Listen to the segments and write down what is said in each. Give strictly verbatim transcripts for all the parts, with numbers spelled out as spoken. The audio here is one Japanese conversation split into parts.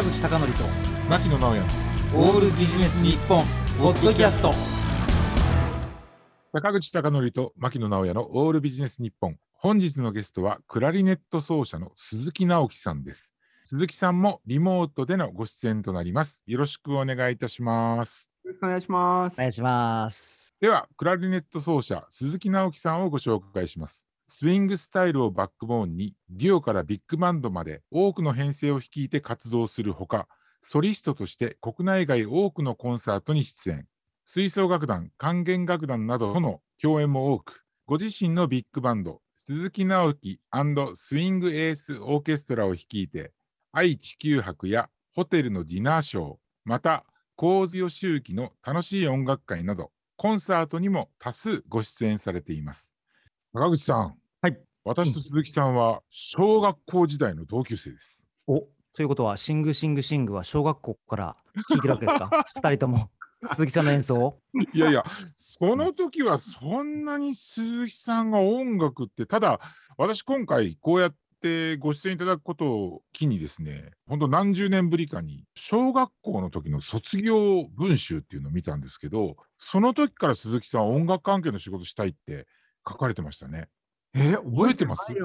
坂口孝則と牧野直哉オールビジネス日本ポッドキャスト。 坂口孝則と牧野直哉のオールビジネス日本。本日のゲストはクラリネット奏者の鈴木直樹さんです。鈴木さんもリモートでのご出演となります。よろしくお願いいたします。 よろしくお願いします。 お願いします。 ではクラリネット奏者鈴木直樹さんをご紹介します。スイングスタイルをバックボーンにデュオからビッグバンドまで多くの編成を率いて活動するほか、ソリストとして国内外多くのコンサートに出演、吹奏楽団、管弦楽団などとの共演も多く、ご自身のビッグバンド鈴木直樹&スイングエースオーケストラを率いて愛・地球博やホテルのディナーショー、また神津義行の楽しい音楽会などコンサートにも多数ご出演されています。坂口さん、 はい、 私と鈴木さんは小学校時代の同級生です。 お、ということはシングシングシングは小学校から聴いてるわけですかふたりとも鈴木さんの演奏を。 いやいや、その時はそんなに鈴木さんが音楽って、ただ私今回こうやってご出演いただくことを機にですね、本当何十年ぶりかに小学校の時の卒業文集っていうのを見たんですけど、その時から鈴木さんは音楽関係の仕事したいって書かれてましたね。 え、 覚えてます？い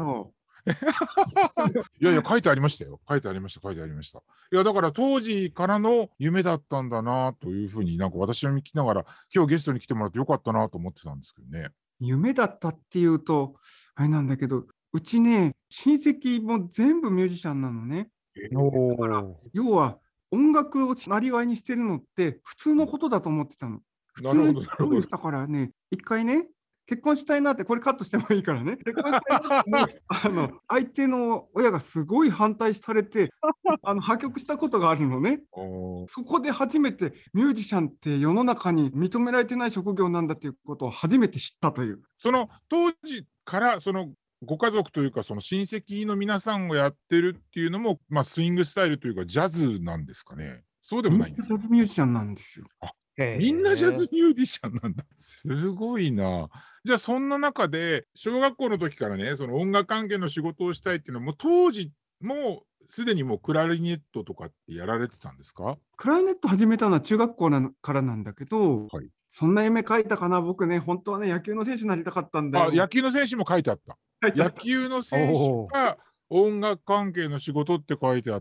やいや、書いてありましたよ。書いてありました、書いてありました。いや、だから当時からの夢だったんだなというふうに、なんか私を見ながら、今日ゲストに来てもらってよかったなと思ってたんですけどね。 夢だったっていうと、あれなんだけど、うちね、親戚も全部ミュージシャンなのね。 おだから要は、音楽をなりわいにしてるのって普通のことだと思ってたの。普通なるほど、なるほど。 だからね、一回ね、結婚したいなって、これカットしてもいいからね。結婚したいなってあの相手の親がすごい反対されて、あの破局したことがあるのね。そこで初めてミュージシャンって世の中に認められてない職業なんだということを初めて知ったという。 その当時からそのご家族というかその親戚の皆さんがやってるっていうのも、まあ、スイングスタイルというかジャズなんですかね。そうでもないんですか。 ジャズミュージシャンなんですよ。 あ、みんなジャズミュージシャンなんだ。すごいな。じゃあそんな中で小学校の時からね、その音楽関係の仕事をしたいっていうのはもう当時もうすでにもうクラリネットとかってやられてたんですか？ クラリネット始めたのは中学校なのからなんだけど、 はい、 そんな夢書いたかな。僕ね、本当はね、野球の選手になりたかったんだよ。 あ、野球の選手も書いてあった。野球の選手が音楽関係の仕事って書いてあって、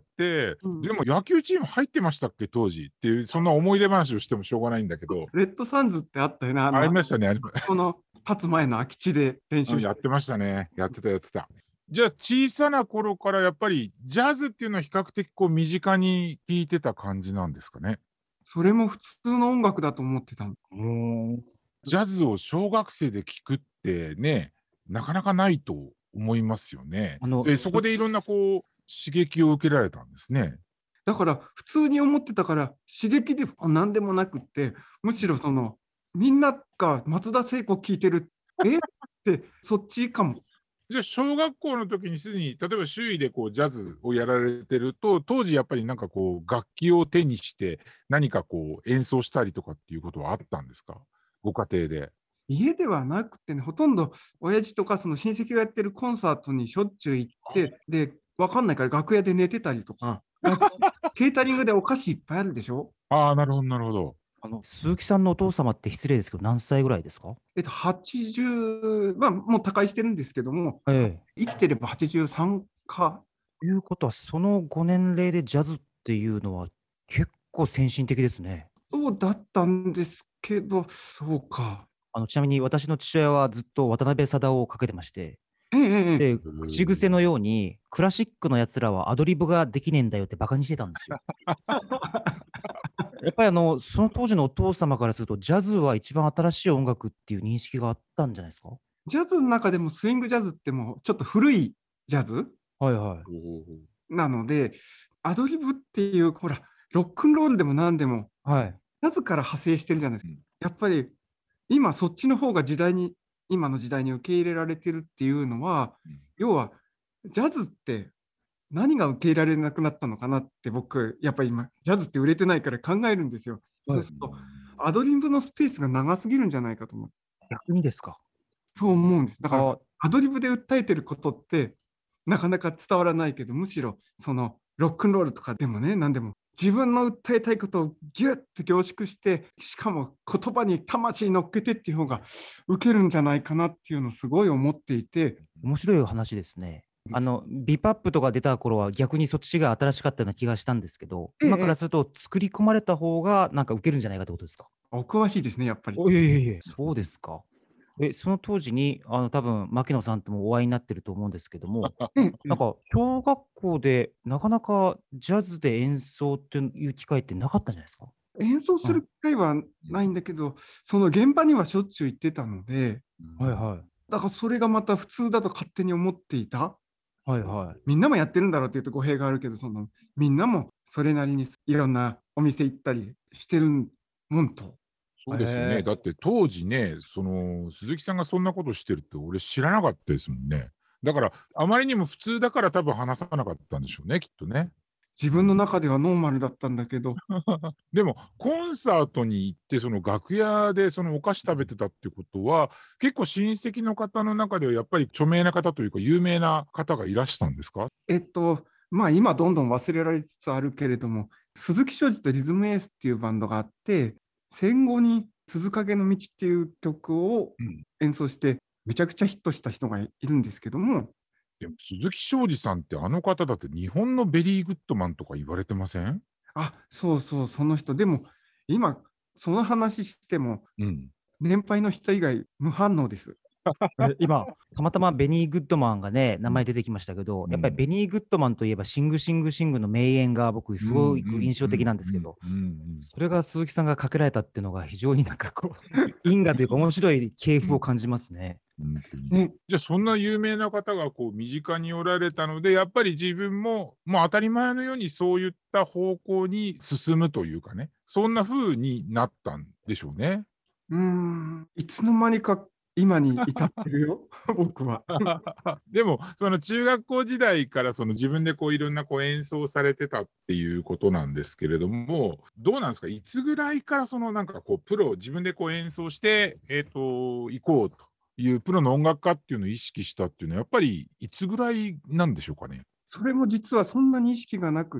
うん、でも野球チーム入ってましたっけ当時っていう、そんな思い出話をしてもしょうがないんだけど。 レッドサンズってあったよね。あありましたね。 この立つ前の空き地で練習して、 やってましたね。やってたやってた。じゃあ小さな頃からやっぱりジャズっていうのは比較的こう身近に聴いてた感じなんですかね。 それも普通の音楽だと思ってたの。 ジャズを小学生で聴くってね、なかなかないと思いますよね。あのでそこでいろんなこう刺激を受けられたんですね。 だから普通に思ってたから刺激で何でもなくって、むしろそのみんなが松田聖子聴いてるえってそっちかも。 じゃあ小学校の時にすでに例えば周囲でこうジャズをやられてると、当時やっぱりなんかこう楽器を手にして何かこう演奏したりとかっていうことはあったんですか？ご家庭で。 家ではなくてね、ほとんど親父とかその親戚がやってるコンサートにしょっちゅう行って、で分かんないから楽屋で寝てたりとかケータリングでお菓子いっぱいあるでしょ。 ああ、なるほどなるほど。 あの鈴木さんのお父様って失礼ですけど何歳ぐらいですか？ えっとはちじゅう、まあもう他界してるんですけども、ええ、生きてればはちじゅうさんか。 ということはそのご年齢でジャズっていうのは結構先進的ですね。 そうだったんですけど、そうか。 あのちなみに私の父親はずっと渡辺貞夫をかけてまして、 ええ、 で口癖のようにクラシックのやつらはアドリブができねえんだよってバカにしてたんですよ。やっぱりあのその当時のお父様からするとジャズは一番新しい音楽っていう認識があったんじゃないですか？ ジャズの中でもスイングジャズってもうちょっと古いジャズ、 はいはい、 なのでアドリブっていうほらロックンロールでも何でも、はい、ジャズから派生してるじゃないですか。うん、やっぱり今そっちの方が時代に今の時代に受け入れられてるっていうのは、うん、要はジャズって何が受け入れられなくなったのかなって僕やっぱり今ジャズって売れてないから考えるんですよ。はい、そうするとアドリブのスペースが長すぎるんじゃないかと思う。 逆にですか？ そう思うんです。だからアドリブで訴えてることってなかなか伝わらないけど、むしろそのロックンロールとかでもね、何でも自分の訴えたいことをギュッて凝縮して、しかも言葉に魂乗っけてっていう方が受けるんじゃないかなっていうのをすごい思っていて。 面白い話ですね。あのビパップとか出た頃は逆にそっちが新しかったような気がしたんですけど、 ええ今からすると作り込まれた方がなんか受けるんじゃないかってことですか？ お詳しいですね、やっぱり。 おいやいやいや、そうですか。え、その当時にあの多分牧野さんともお会いになってると思うんですけども、 ええ、 なんか小学校でなかなかジャズで演奏っていう機会ってなかったんじゃないですか？ 演奏する機会はないんだけど、その現場にはしょっちゅう行ってたので、 はいはい。 だからそれがまた普通だと勝手に思っていた。 はいはい。 みんなもやってるんだろうっていうと語弊があるけど、そのみんなもそれなりにいろんなお店行ったりしてるもんと。 そうですよね。 へえ。 だって当時ね、その鈴木さんがそんなことしてるって俺知らなかったですもんね。だからあまりにも普通だから多分話さなかったんでしょうね、きっとね。 自分の中ではノーマルだったんだけど、 でもコンサートに行ってその楽屋でそのお菓子食べてたってことは結構親戚の方の中ではやっぱり著名な方というか有名な方がいらしたんですか？ えっと、まあ今どんどん忘れられつつあるけれども、鈴木商事とリズムエースっていうバンドがあって、戦後に鈴影の道っていう曲をうん演奏してめちゃくちゃヒットした人がいるんですけども、 でも鈴木昌司さんってあの方だって日本のベリーグッドマンとか言われてません？ あ、そうそう、その人。でも今その話してもうん年配の人以外無反応です。 え今、たまたまベニー・グッドマンがね、名前出てきましたけど、 うんやっぱりベニー・グッドマンといえば、シング・シング・シングの名演が僕、すごく印象的なんですけど、 うんうんうんそれが鈴木さんがかけられたっていうのが非常になんかこう、因果というか面白い系譜を感じますね。 本当にね、 じゃあそんな有名な方がこう身近におられたのでやっぱり自分ももう当たり前のようにそういった方向に進むというかね、そんな風になったんでしょうね。 うーん、いつの間にか今に至ってるよ、僕は。 でもその中学校時代からその自分でこういろんなこう演奏されてたっていうことなんですけれども、どうなんですか、いつぐらいからそのなんかこうプロ自分でこう演奏してえっ、と行こうというプロの音楽家っていうのを意識したっていうのはやっぱりいつぐらいなんでしょうかね。 それも実はそんなに意識がなくって、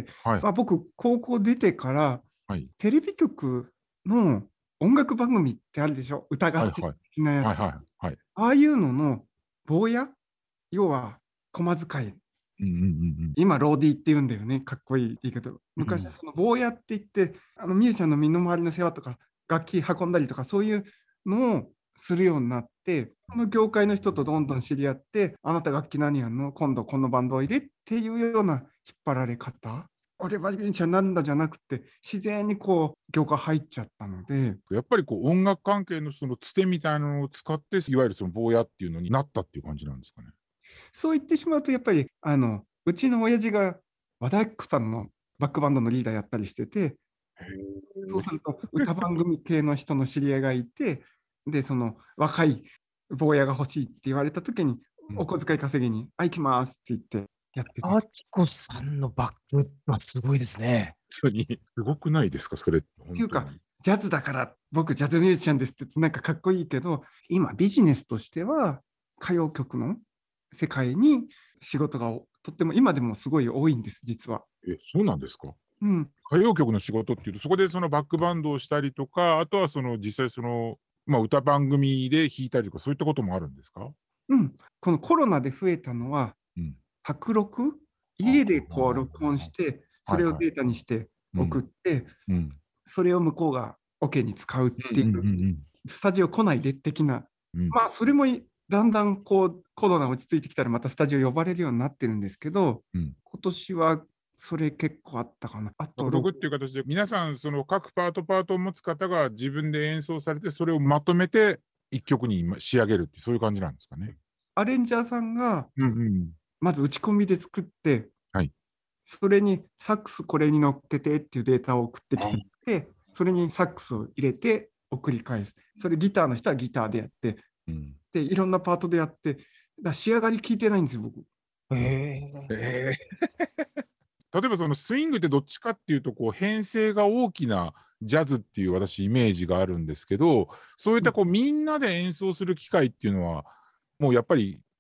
はいまあ、僕、高校出てからはいテレビ局の音楽番組ってあるでしょ、歌合戦はいはい的なやつ。 はいはいはいああいうのの坊や、要は駒使い、 うんうんうん今、ローディーって言うんだよね、かっこいい言い方。昔はその坊やって言って、あのミュージシャンの身の回りの世話とか、楽器運んだりとか、そういうのをするようになって、この業界の人とどんどん知り合って、あなた楽器何やんの、今度このバンドおいでっていうような引っ張られ方。俺はミュージシャンなんだじゃなくて、自然にこう、業界入っちゃったので、 やっぱりこう音楽関係のそのつてみたいなのを使っていわゆるその坊やっていうのになったっていう感じなんですかね。 そう言ってしまうと、やっぱり、あの、うちの親父が和田アキ子さんのバックバンドのリーダーやったりしてて、そうすると歌番組系の人の知り合いがいて、で、その若い坊やが欲しいって言われた時に、 うんお小遣い稼ぎに、あ、行きますって言ってやってた。 アキコさんのバックはすごいですね。 本当にすごくないですかそれって。 っていうか、ジャズだから僕ジャズミュージシャンですって言ってなんかかっこいいけど、今ビジネスとしては歌謡曲の世界に仕事がとっても今でもすごい多いんです、実は。 え、そうなんですか。 うん、 歌謡曲の仕事っていうとそこでそのバックバンドをしたりとか、あとはその実際その、まあ、歌番組で弾いたりとかそういったこともあるんですか？ うん、このコロナで増えたのは、 うん卓録、家でこう録音して、それをデータにして送って、 うんそれを向こうが OK に使うっていう、 うんうんうんスタジオ来ないで的な、 うんまあ、それもだんだんこうコロナ落ち着いてきたら、またスタジオ呼ばれるようになってるんですけど、 うん今年はそれ結構あったかな。あと、 卓録っていう形で皆さんその各パートパートを持つ方が自分で演奏されてそれをまとめて一曲に仕上げるってそういう感じなんですかね。 アレンジャーさんがうんうんまず打ち込みで作って、 はいそれにサックスこれに乗っけてっていうデータを送ってきて、それにサックスを入れて送り返す。それギターの人はギターでやって、 うんでいろんなパートでやって、だ仕上がり聞いてないんですよ、僕。 へえ。 えー例えばそのスイングってどっちかっていうとこう編成が大きなジャズっていう私イメージがあるんですけど、そういったこうみんなで演奏する機会っていうのはもうやっぱり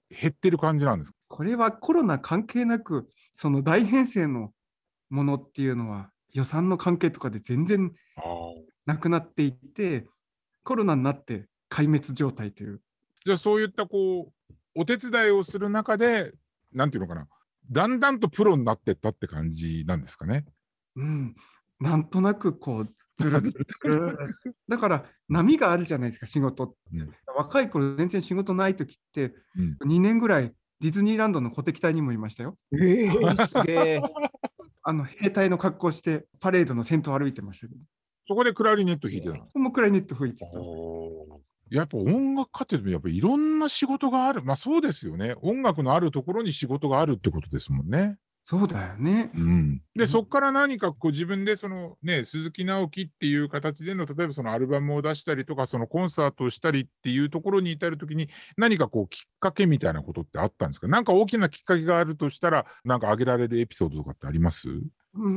減ってる感じなんですか？ これはコロナ関係なく、その大編成のものっていうのは予算の関係とかで全然あなくなっていて、コロナになって壊滅状態という。 じゃあそういったこうお手伝いをする中で、なんていうのかな、だんだんとプロになってったって感じなんですかね。 うん、なんとなくこうずるずるずるだから波があるじゃないですか、仕事って。 うん、 若い頃全然仕事ない時ってうん、 にねんぐらいディズニーランドの鼓笛隊にもいましたよ。 えー、すげえ。 あの兵隊の格好してパレードの先頭を歩いてましたけど、 そこでクラリネット弾いてたんですそのくらいネット吹いてた。 か？やっぱ音楽家ってやっぱいろんな仕事がある。まあそうですよね。音楽のあるところに仕事があるってことですもんね。 そうだよね。 うん、で、 うんそこから何かこう自分でそのね、鈴木直樹っていう形での、例えばそのアルバムを出したりとか、そのコンサートをしたりっていうところに至るときに、何かこうきっかけみたいなことってあったんですか？なんか大きなきっかけがあるとしたら、なんか挙げられるエピソードとかってあります？ うん、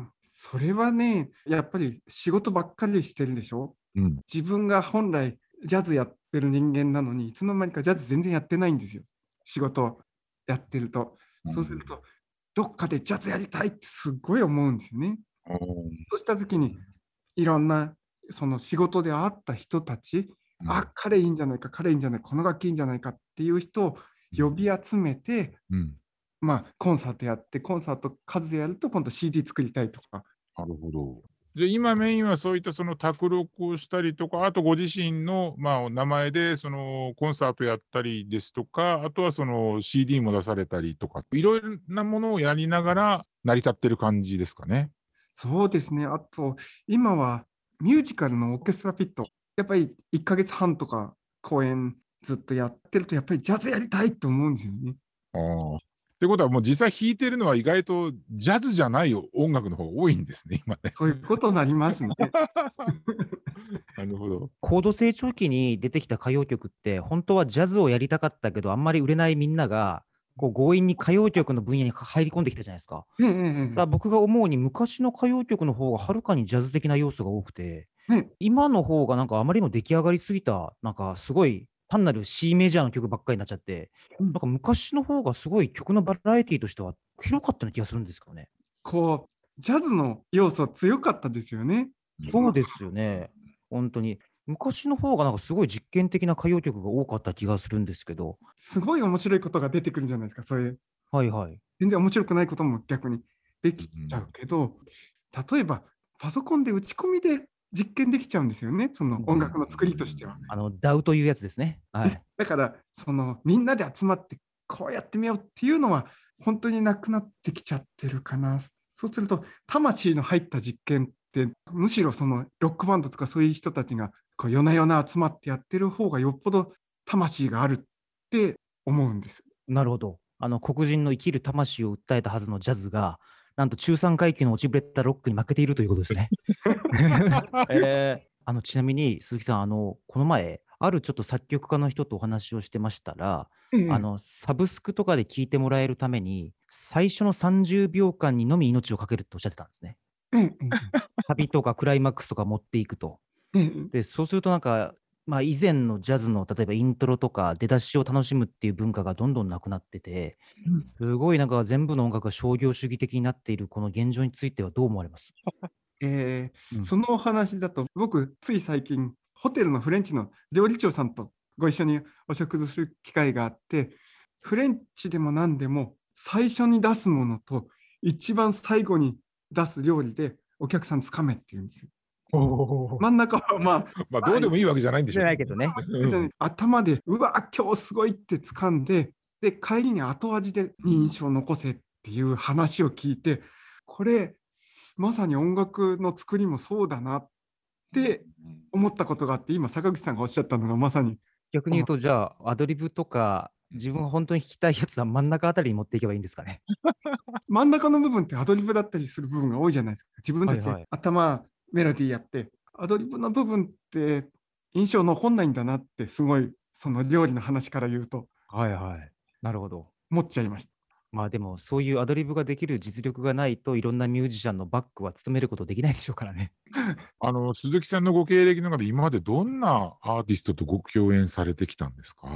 それはね、やっぱり仕事ばっかりしてるでしょ。 うん。 自分が本来ジャズやってる人間なのに、いつの間にかジャズ全然やってないんですよ。仕事やってると。そうすると、どっかでジャズやりたいってすっごい思うんですよね。 うん。 そうした時に、いろんなその仕事で会った人たち、 うんあ、彼いいんじゃないか、彼いいんじゃないか、この楽器いいんじゃないかっていう人を呼び集めて、 うん。 まあ、コンサートやって、コンサート数やると、今度 シーディー 作りたいとか。 なるほど。じゃあ今メインはそういったその卓録をしたりとか、あとご自身のまあ名前でそのコンサートやったりですとか、あとはその シーディー も出されたりとか、いろいろなものをやりながら成り立ってる感じですかね。 そうですね。あと、今はミュージカルのオーケストラピット、やっぱりいっかげつはんとか公演ずっとやってると、やっぱりジャズやりたいと思うんですよね。 ああ。ってことはもう実際弾いてるのは意外とジャズじゃない音楽の方が多いんですね、今ね。 そういうことになりますね。 なるほど。 高度成長期に出てきた歌謡曲って、本当はジャズをやりたかったけど、あんまり売れないみんなが、こう強引に歌謡曲の分野に入り込んできたじゃないですか。 えええだから僕が思うに、昔の歌謡曲の方がはるかにジャズ的な要素が多くて、 えね今の方がなんかあまりにも出来上がりすぎた、なんかすごい単なる C メジャーの曲ばっかりになっちゃって、 うんなんか昔の方がすごい曲のバラエティとしては広かったような気がするんですけどね。 こう、ジャズの要素強かったですよね。 そうですよね。本当に。昔の方がなんかすごい実験的な歌謡曲が多かった気がするんですけど。 すごい面白いことが出てくるんじゃないですか、それ。 はいはい。 全然面白くないことも逆にできちゃうけど、例えばパソコンで打ち込みで実験できちゃうんですよね、その音楽の作りとしては。 あの、ダウというやつですね。はい。 だからそのみんなで集まってこうやってみようっていうのは本当になくなってきちゃってるかな。そうすると魂の入った実験ってむしろそのロックバンドとかそういう人たちがこう夜な夜な集まってやってる方がよっぽど魂があるって思うんです。 なるほど。あの、黒人の生きる魂を訴えたはずのジャズが、なんと中産階級の落ちぶれたロックに負けているということですね。えーあのちなみに鈴木さん、あのこの前、あるちょっと作曲家の人とお話をしてましたら、 ええあのサブスクとかで聴いてもらえるために、最初のさんじゅうびょうかんにのみ命をかけるっておっしゃってたんですね。 ええサビとかクライマックスとか持っていくと。 ええで、そうするとなんか、まあ、以前のジャズの例えばイントロとか出だしを楽しむっていう文化がどんどんなくなってて、 うんすごいなんか全部の音楽が商業主義的になっているこの現状についてはどう思われます？ えーうんそのお話だと、僕、つい最近、ホテルのフレンチの料理長さんとご一緒にお食事する機会があって、フレンチでも何でも、最初に出すものと、一番最後に出す料理で、お客さんつかめって言うんですよ。真ん中はまあ、 まあどうでもいいわけじゃないんでしょうじゃないけどね。 うん頭で、うわ、今日すごいって掴んで、で、帰りに後味で印象を残せっていう話を聞いて、これ、まさに音楽の作りもそうだなって思ったことがあって、今、坂口さんがおっしゃったのがまさに、 逆に言うと、じゃあ、アドリブとか、自分が本当に弾きたいやつは真ん中あたりに持っていけばいいんですかね。 真ん中の部分ってアドリブだったりする部分が多いじゃないですか。自分たちはいはいで頭、メロディーやって、アドリブの部分って印象残んないんだなって、すごい、その料理の話から言うと、 はいはい。なるほど。 思っちゃいました。 まあでも、そういうアドリブができる実力がないといろんなミュージシャンのバックは務めることできないでしょうからね。 あの鈴木さんのご経歴の中で今までどんなアーティストとご共演されてきたんですか？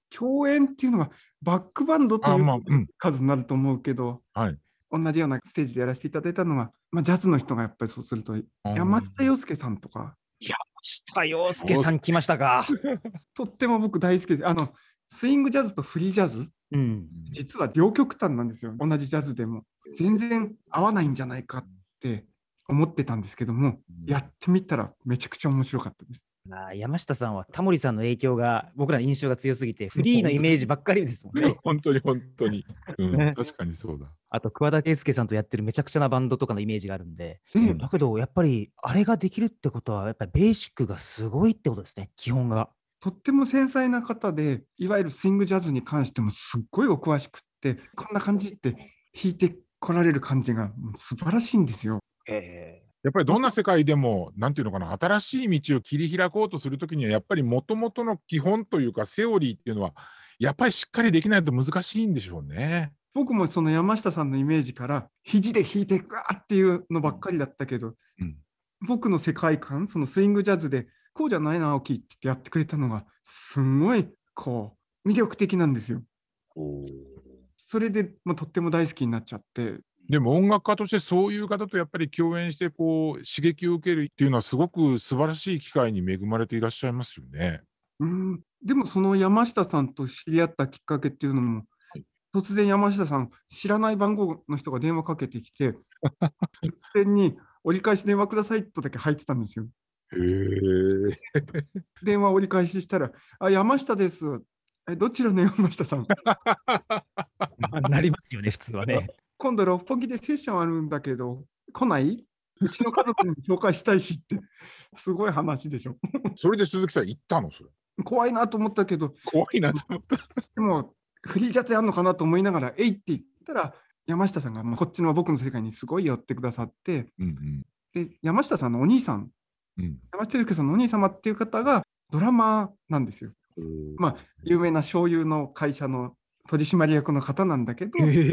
共演っていうのがバックバンドという、まあうん、数になると思うけど、 はい、 同じようなステージでやらせていただいたのは、まあ、ジャズの人がやっぱりそうすると、山下洋輔さんとか。 山下洋輔さん来ましたか。 とっても僕大好きで、あの、スイングジャズとフリージャズ、うん、実は両極端なんですよ。同じジャズでも。全然合わないんじゃないかって思ってたんですけども、やってみたらめちゃくちゃ面白かったです。 あ、山下さんはタモリさんの影響が僕らの印象が強すぎてフリーのイメージばっかりですもんね。 本当に本当に、うん、確かにそうだ。 あと桑田佳祐さんとやってるめちゃくちゃなバンドとかのイメージがあるんで、うん、だけどやっぱりあれができるってことはやっぱりベーシックがすごいってことですね、基本が。 とっても繊細な方で、いわゆるスイングジャズに関してもすっごいお詳しくって、こんな感じって弾いてこられる感じが素晴らしいんですよ。 えーやっぱりどんな世界でも、なんていうのかな、新しい道を切り開こうとするときには、やっぱりもともとの基本というか、セオリーっていうのは、やっぱりしっかりできないと難しいんでしょうね。 僕もその山下さんのイメージから、肘で弾いていくわっていうのばっかりだったけど、うん、僕の世界観、そのスイングジャズで、こうじゃないな、青木ってやってくれたのが、すごい、こう、魅力的なんですよ。それでもうとっても大好きになっちゃって。 でも音楽家としてそういう方とやっぱり共演してこう刺激を受けるっていうのはすごく素晴らしい機会に恵まれていらっしゃいますよね。 うん、でもその山下さんと知り合ったきっかけっていうのも、はい、突然山下さん知らない番号の人が電話かけてきて突然に折り返し電話くださいとだけ入ってたんですよ。 へー電話折り返ししたら「あ、山下です」え、どちらの山下さんなりますよね、普通はね。 今度六本木でセッションあるんだけど来ない？うちの家族に紹介したいしってすごい話でしょ。 それで鈴木さん行ったの？それ怖いなと思ったけど、 怖いなと思ったでもフリージャズやるのかなと思いながら「えい」って言ったら山下さんがこっちの僕の世界にすごい寄ってくださって、うんうん、で山下さんのお兄さん、うん、山下祐介さんのお兄様っていう方がドラマーなんですよ。まあ有名な醤油の会社の取締役の方なんだけど、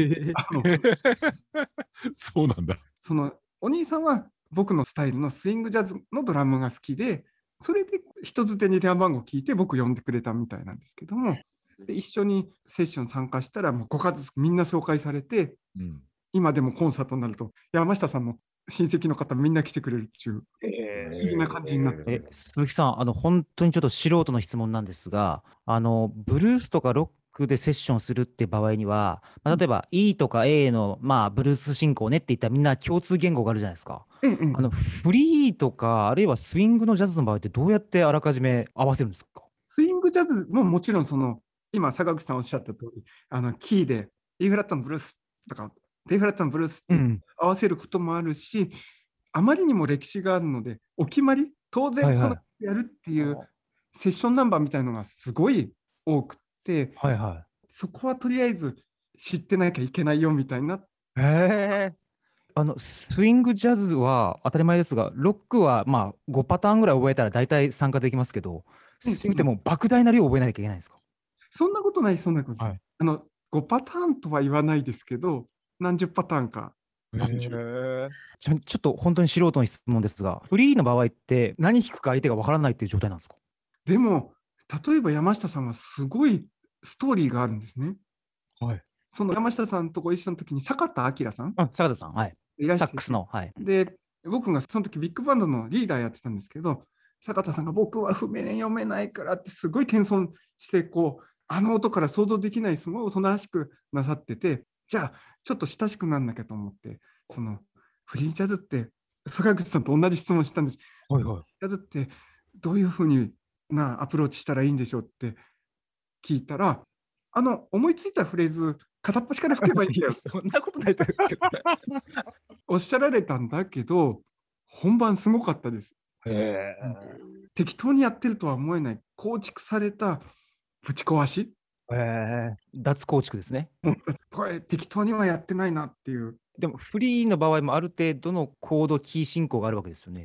そうなんだ。 そのお兄さんは僕のスタイルのスイングジャズのドラムが好きで、それで人づてに電話番号を聞いて僕呼んでくれたみたいなんですけども、で一緒にセッション参加したらもうご家族みんな紹介されて、うん、今でもコンサートになると山下さんの親戚の方みんな来てくれるっていう不思議な感じになって、 えー、鈴木さん、あの本当にちょっと素人の質問なんですが、あのブルースとかロックでセッションするって場合には、まあ、例えば E とか A の、まあ、ブルース進行ねって言ったらみんな共通言語があるじゃないですか。うんうん、あのフリーとかあるいはスイングのジャズの場合ってどうやってあらかじめ合わせるんですか？ スイングジャズももちろんその今坂口さんおっしゃった通り、あのキーで E フラットのブルースとか D フラットのブルースって合わせることもあるし、うん、あまりにも歴史があるのでお決まり当然このやるっていうセッションナンバーみたいなのがすごい多くて、はいはい、そこはとりあえず知ってなきゃいけないよみたいな。 へー、あのスイングジャズは当たり前ですが、ロックはまあごパターンぐらい覚えたら大体参加できますけど、スイングってもう莫大な量覚えなきゃいけないんですか？ そんなことない、そんなことです、はい、あのごパターンとは言わないですけど、何十パターンか。 へー、ちょ、ちょっと本当に素人の質問ですが、フリーの場合って何弾くか相手がわからないっていう状態なんですか？ でも例えば山下さんはすごいストーリーがあるんですね。はい、その山下さんとご一緒の時に坂田明さん、 あ、坂田さん、はい、いらっしゃるサックスの、はい、 で僕がその時ビッグバンドのリーダーやってたんですけど、坂田さんが僕は譜面読めないからってすごい謙遜してこうあの音から想像できないすごいおとなしくなさってて、じゃあちょっと親しくなんなきゃと思って、そのフリージャズって坂口さんと同じ質問したんです。はいはい、ジャズってどういうふうになアプローチしたらいいんでしょうって聞いたら、あの思いついたフレーズ片っ端から吹けばいいんだよそんなことないとおっしゃられたんだけど、本番すごかったです。へー、適当にやってるとは思えない構築されたぶち壊し、 へー、脱構築ですね。 これ適当にはやってないなっていう。 でもフリーの場合もある程度のコードキー進行があるわけですよね。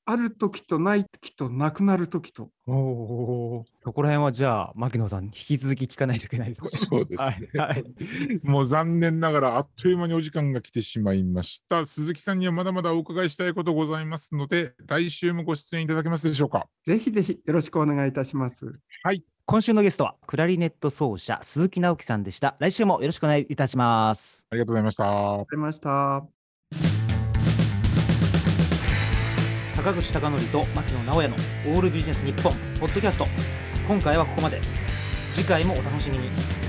ある時とない時となくなる時と。 おお、そこら辺はじゃあ牧野さん引き続き聞かないといけないですね。 そうですね。 はいはい、 もう残念ながらあっという間にお時間が来てしまいました。鈴木さんにはまだまだお伺いしたいことございますので、来週もご出演いただけますでしょうか。 ぜひぜひよろしくお願いいたします。 はい。 今週のゲストはクラリネット奏者鈴木直樹さんでした。来週もよろしくお願いいたします。 ありがとうございました。ありがとうございました。 坂口孝則と牧野直哉のオールビジネス日本ポッドキャスト。今回はここまで。次回もお楽しみに。